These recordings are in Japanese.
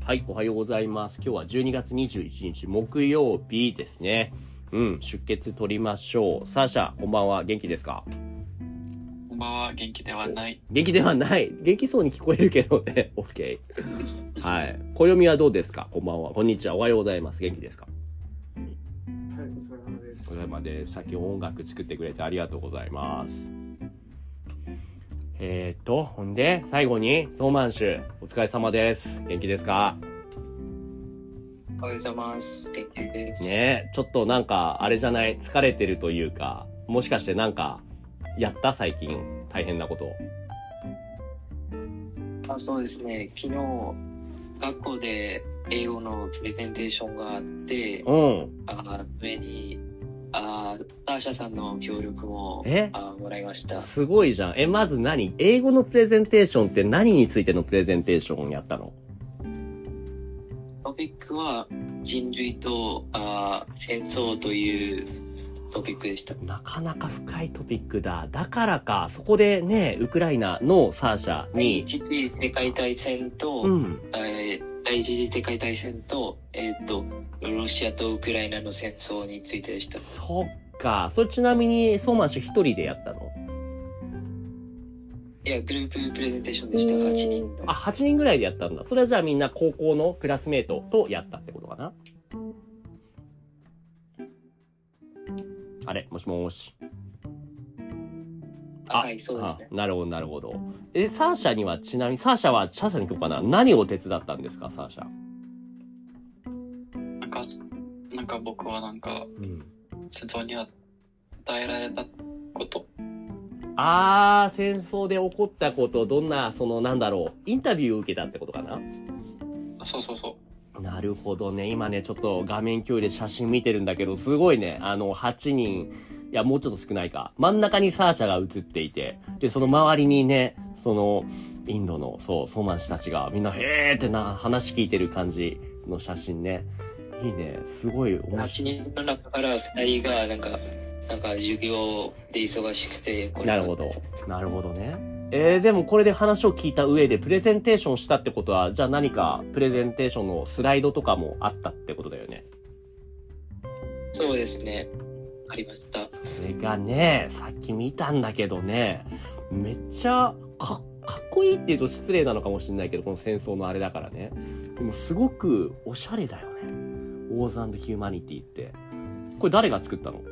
はい、おはようございます。今日は12月21日木曜日ですね。出血取りましょう。サーシャ、こんばんは。元気ですか？ こんばんは。元気ではない。 元気ではない。元気そうに聞こえるけどね。OK。はい。暦はどうですか？こんばんは。こんにちは。おはようございます。元気ですか？ はい、お疲れ様です。 お疲れ様です。さっき音楽作ってくれてありがとうございます。ほんで、最後に、ソーマンシュ、お疲れ様です。元気ですか？ おはようございます。元気です。 ねえ、ちょっとなんか、あれじゃない、疲れてるというか、もしかしてなんか、やった最近、大変なこと。 そうですね。昨日、学校で英語のプレゼンテーションがあって、上に、サーシャさんの協力ももらいました。 すごいじゃん。まず何？英語のプレゼンテーションって何についてのプレゼンテーションをやったの？ トピックは人類と戦争というトピックでした。 なかなか深いトピックだ。だからか、そこでね、ウクライナのサーシャに。 第一次世界大戦と、第一次世界大戦と、ロシアとウクライナの戦争についてでした。 そっか。それちなみに、ソーマン氏一人でやったの？ いや、グループプレゼンテーションでした。8人。 8人ぐらいでやったんだ。それはじゃあみんな高校のクラスメートとやったってことかな？あれ、もしもし。 はい、そうですね。 なるほど、なるほど。サーシャにはちなみに、サーシャに行こうかな。何を手伝ったんですか、サーシャ。 なんか僕は戦争に与えられたこと。 戦争で起こったこと、どんな、インタビューを受けたってことかな？ そう。 なるほどね。今ね、ちょっと画面共有で写真見てるんだけど、すごいね。8人、いや、もうちょっと少ないか。真ん中にサーシャが映っていて、で、その周りにね、インドの、ソーマン氏たちがみんな、へーって話聞いてる感じの写真ね。いいね。すごい面白い。 8人の中から2人が、なんか授業で忙しくて、 なるほど。なるほどね。でもこれで話を聞いた上でプレゼンテーションしたってことは、じゃあ何かプレゼンテーションのスライドとかもあったってことだよね。 そうですね。ありました。それがね、さっき見たんだけどね、めっちゃかっこいいって言うと失礼なのかもしれないけど、この戦争のあれだからね。でもすごくおしゃれだよね。オーズ&ヒューマニティって。これ誰が作ったの？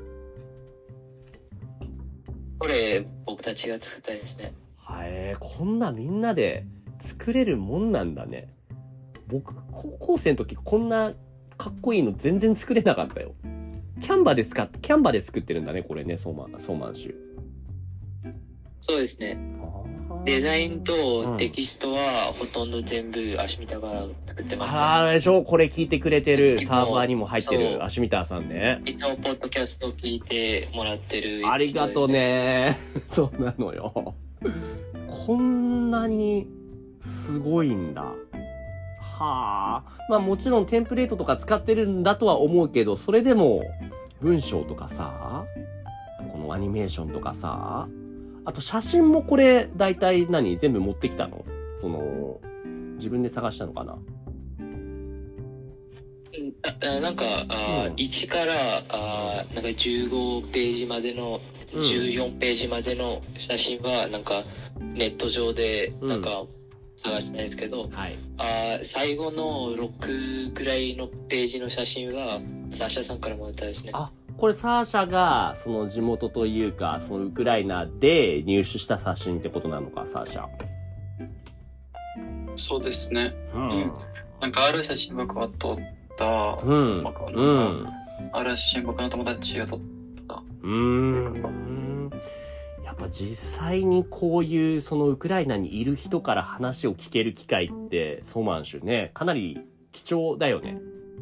これ、僕たちが作ったですね。 こんなみんなで作れるもんなんだね。僕、高校生の時こんなかっこいいの全然作れなかったよ。キャンバで作ってるんだね、これね、ソーマン州。 そうですね。デザインとテキストはほとんど全部アシミタが作ってますね。 あれでしょ、これ聞いてくれてるサーバーにも入ってるアシミタさんね。 いつもポッドキャストを聞いてもらってる、 ありがとうね。そうなのよ。こんなにすごいんだ。はあ。もちろんテンプレートとか使ってるんだとは思うけど、それでも文章とかさ、このアニメーションとかさ、あと写真もこれ大体全部持ってきたの？自分で探したのかな？ 1から15ページまでの、14ページまでの写真はネット上で探したんですけど、最後の6くらいのページの写真はサーシャさんからもらったですね。 これサーシャが地元というかウクライナで入手した写真ってことなのか、サーシャ？ そうですね。ある写真僕は撮った。ある写真僕の友達が撮った。 やっぱ実際にこういうウクライナにいる人から話を聞ける機会ってソーマン州ね、かなり貴重だよね。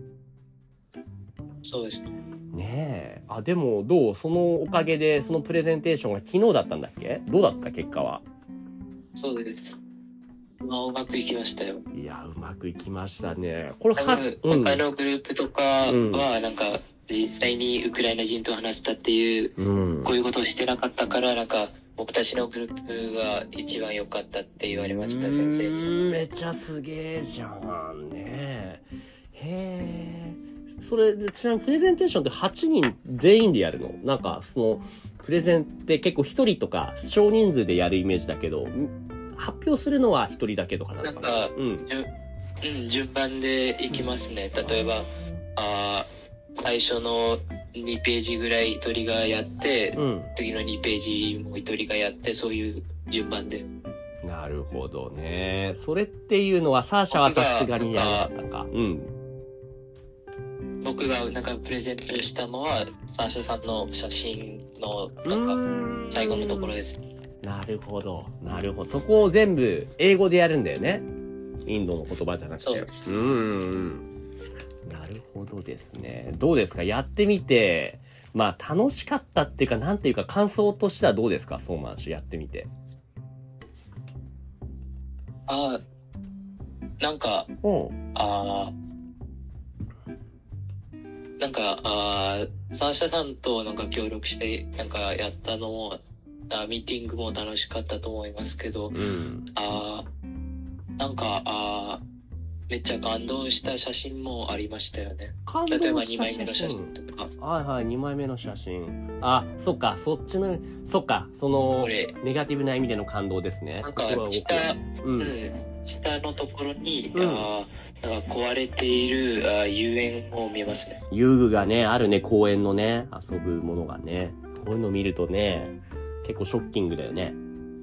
そうですね。 ねえ。でもどう？そのおかげでそのプレゼンテーションが昨日だったんだっけ？どうだった結果は？ そうです。うまくいきましたよ。 いや、うまくいきましたね。これ他のグループとかは実際にウクライナ人と話したっていう、こういうことをしてなかったから僕たちのグループが一番良かったって言われました、先生に。 めちゃすげえじゃんね。へー。それで、ちなみにプレゼンテーションって8人全員でやるの？なんか、その、プレゼンって結構1人とか少人数でやるイメージだけど、発表するのは1人だけとかなのかな？ 順番でいきますね。例えば、最初の2ページぐらい1人がやって、次の2ページも1人がやって、そういう順番で。 なるほどね。それっていうのはサーシャはさすがにやらなかったか。 僕がなんかプレゼントしたのは、サーシャさんの写真のなんか最後のところです。 なるほど。なるほど。そこを全部英語でやるんだよね。インドの言葉じゃなくて。 そうです。 なるほどですね。どうですか？やってみて、まあ楽しかったっていうか、なんていうか感想としてはどうですか？ソーマン氏やってみて。 なんか、サーシャさんとなんか協力してなんかやったのも、ミーティングも楽しかったと思いますけど、なんか、めっちゃ感動した写真もありましたよね。例えば2枚目の写真とか。 2枚目の写真。そっか、そっちの、そっか、その、ネガティブな意味での感動ですね。 なんか、下のところに、なんか壊れている遊園を見ますね。 遊具がね、あるね、公園のね、遊ぶものがね。こういうの見るとね、結構ショッキングだよね。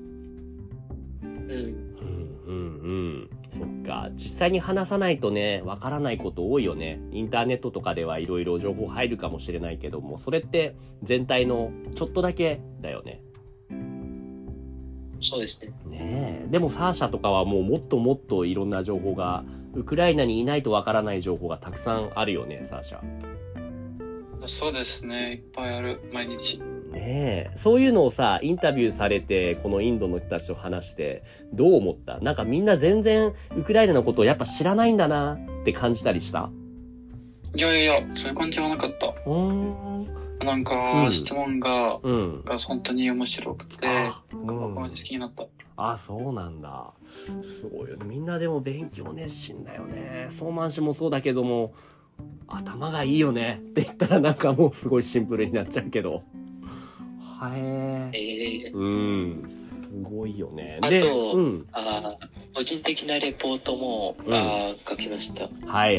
そっか。実際に話さないとね、わからないこと多いよね。インターネットとかではいろいろ情報入るかもしれないけども、それって全体のちょっとだけだよね。 そうですね。 ねえ。でもサーシャとかはもうもっともっといろんな情報が、ウクライナにいないとわからない情報がたくさんあるよね、サーシャ。 そうですね。いっぱいある、毎日。 ねえ。そういうのをさ、インタビューされて、このインドの人たちと話して、どう思った？なんかみんな全然ウクライナのことをやっぱ知らないんだなって感じたりした？ いや、そういう感じはなかった。なんか、質問が本当に面白くて、僕も好きになった。 そうなんだ。すごいよね。みんなでも勉強熱心だよね。ソーマン氏もそうだけども、頭がいいよねって言ったらなんかもうすごいシンプルになっちゃうけど。すごいよね。 あと、個人的なレポートも、書きました。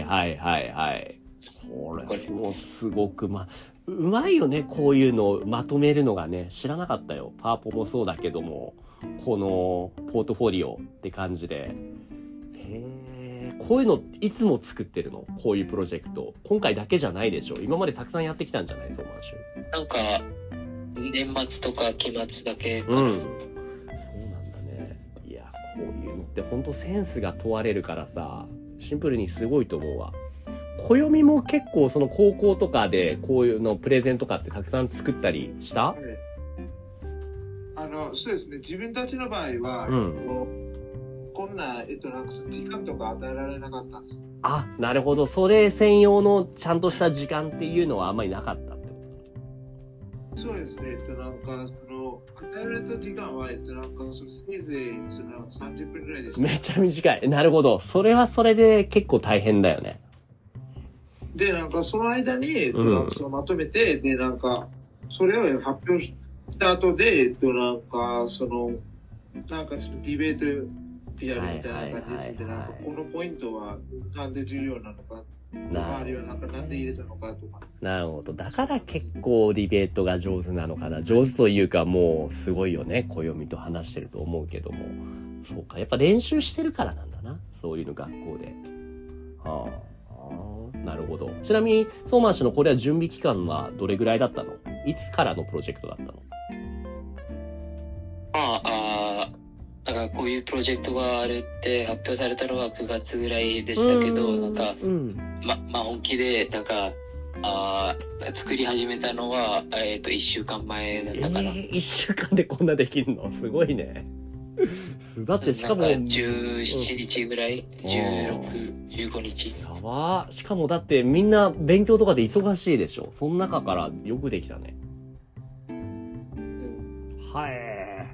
これもすごく、うまいよね、こういうのをまとめるのがね。知らなかったよ。パワポもそうだけども、このポートフォリオって感じで。こういうのいつも作ってるの？こういうプロジェクト。今回だけじゃないでしょ。今までたくさんやってきたんじゃない？ソーマン氏。 なんか、年末とか期末だけかな。 そうなんだね。いや、こういうのって本当センスが問われるからさ、シンプルにすごいと思うわ。暦も結構その高校とかでこういうのプレゼンとかってたくさん作ったりした？ そうですね。自分たちの場合は、こんな、なんか時間とか与えられなかったんです。 なるほど。それ専用のちゃんとした時間っていうのはあんまりなかったってことですか？ そうですね。なんか、与えられた時間は、なんか、せいぜい、30分くらいでした。 めっちゃ短い。なるほど。それはそれで結構大変だよね。 で、なんか、その間に、まとめて、で、なんか、それを発表した後で、なんか、なんかちょっとディベートやるみたいな感じです。で、なんか、このポイントはなんで重要なのか、周りはなんかなんで入れたのかとか。 なるほど。だから結構ディベートが上手なのかな。上手というかもうすごいよね。暦と話してると思うけども。そうか。やっぱ練習してるからなんだな。そういうの学校で。なるほど。ちなみに、ソーマン氏のこれは準備期間はどれぐらいだったの？いつからのプロジェクトだったの？ なんかこういうプロジェクトがあるって発表されたのは9月ぐらいでしたけど、なんか、本気で、なんか、作り始めたのは、1週間前だったかな。 1週間でこんなできるの？すごいね。だってしかも。 なんか17日ぐらい ?16、15日。 やばー。しかもだってみんな勉強とかで忙しいでしょ。その中からよくできたね。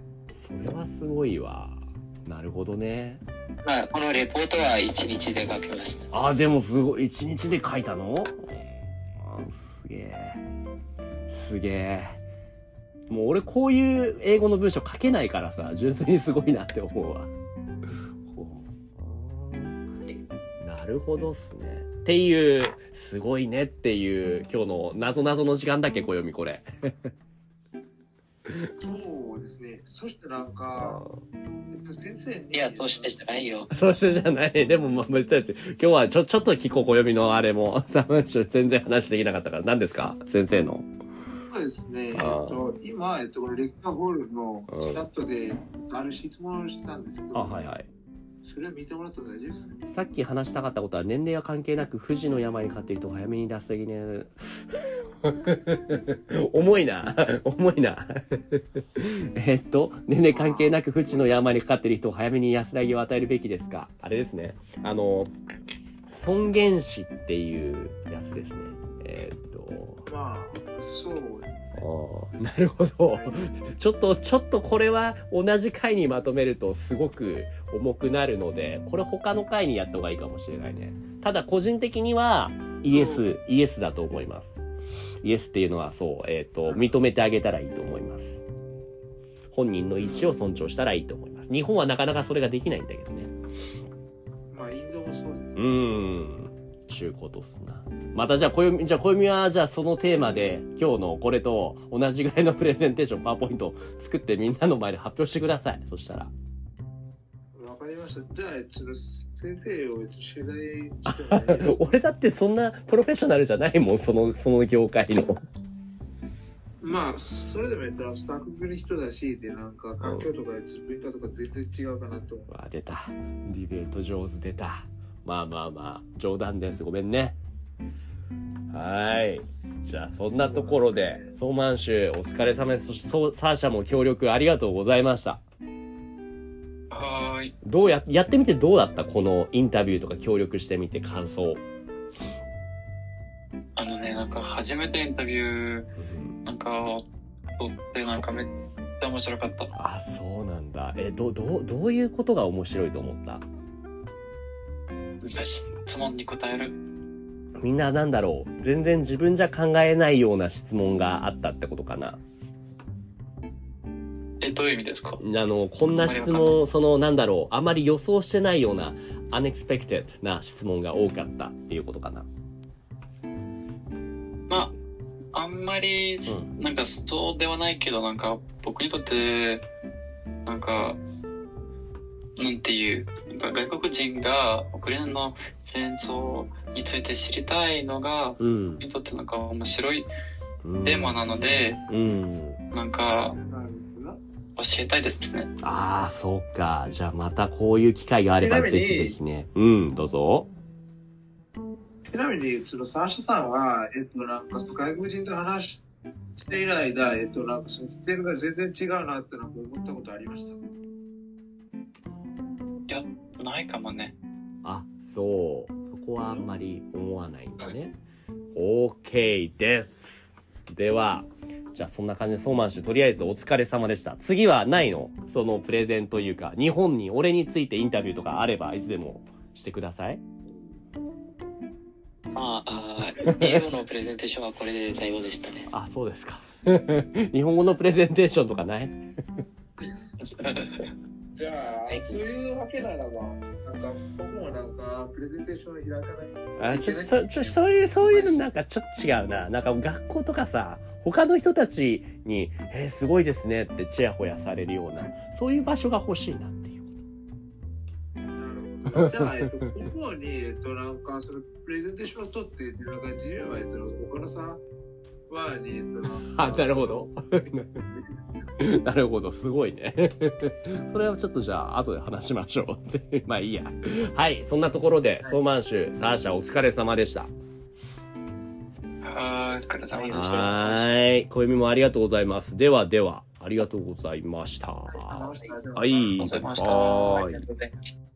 それはすごいわ。なるほどね。 まあ、このレポートは1日で書きました。 でもすごい。1日で書いたの？すげえ。すげえ。もう俺こういう英語の文章書けないからさ、純粋にすごいなって思うわ。なるほどっすね。っていう、すごいねっていう、今日の謎の時間だけ小読みこれ。 そうですね。そしてなんか、先生に。 いや、そうしてじゃないよ。 そうしてじゃない。でもまあ、別に今日はちょっと聞こう、小読みのあれも。全然話できなかったから。何ですか先生の。 そうですね。今、このレクターホールのチャットで、ある質問をしたんですけど。 はいはい。 それは見てもらったら大丈夫ですか？ さっき話したかったことは、年齢は関係なく不治の病にかかっている人を早めに出す的に重いな。年齢関係なく不治の病にかかっている人を早めに安らぎを与えるべきですか？あれですね。尊厳死っていうやつですね。 まあ、そう。 なるほど。ちょっとこれは同じ回にまとめるとすごく重くなるので、これ他の回にやった方がいいかもしれないね。ただ個人的にはイエスだと思います。イエスっていうのはそう、認めてあげたらいいと思います。本人の意思を尊重したらいいと思います。日本はなかなかそれができないんだけどね。 まあ、インドもそうですね。ちゅうことっすな。またじゃあ小読みはじゃあそのテーマで今日のこれと同じぐらいのプレゼンテーションパワーポイントを作ってみんなの前で発表してください。そしたら。 わかりました。じゃあちょっと先生を取材して俺だってそんなプロフェッショナルじゃないもん、その業界の。まあそれでもスタッフの人だしでなんか環境とか文化とか全然違うかなと思う。 出た。ディベート上手出た。まあ冗談です。ごめんね。はい。じゃあそんなところでソーマンシュお疲れ様です。そしてサーシャも協力ありがとうございました。 はい。 やってみてどうだった？このインタビューとか協力してみて感想。 なんか初めてインタビューなんか撮ってなんかめっちゃ面白かった。 そうなんだ。どういうことが面白いと思った？ 質問に答える。 みんななんだろう、全然自分じゃ考えないような質問があったってことかな。 どういう意味ですか？ こんな質問、なんだろう、あまり予想してないようなunexpected な質問が多かったっていうことかな。 まあ、あんまり、なんかそうではないけど、なんか僕にとって、なんか、なんていう、なんか外国人がウクライナの戦争について知りたいのが、にとってなんか面白いテーマなので、なんか教えたいですね。 そうか。じゃあまたこういう機会があればぜひぜひね。どうぞ。 ちなみに、サーシャさんは、なんか外国人と話している間、なんかその点が全然違うなってなんか思ったことありました？ いや、ないかもね。 そこはあんまり思わないんだね。OK です。では、じゃあそんな感じでソーマン氏とりあえずお疲れ様でした。次はないの？そのプレゼンというか、日本に俺についてインタビューとかあればいつでもしてください。 英語のプレゼンテーションはこれで最後でしたね。 そうですか。日本語のプレゼンテーションとかないじゃあ、そういうわけならば、なんか僕もなんかプレゼンテーションを開かない。 そういうのなんかちょっと違うな。なんか学校とかさ、他の人たちに、すごいですねってチヤホヤされるような、そういう場所が欲しいなっていう。 なるほど。じゃあ、向こうに、なんかそのプレゼンテーションを取って、なんか自由は、他のさ、 なるほど。なるほど、すごいね。それはちょっとじゃあ、後で話しましょう。まあいいや。はい、そんなところで、ソーマンシュ、サーシャお疲れ様でした。 お疲れ様でした。 はい、小読みもありがとうございます。では、ありがとうございました。 はい、 はい、 ありがとうございました。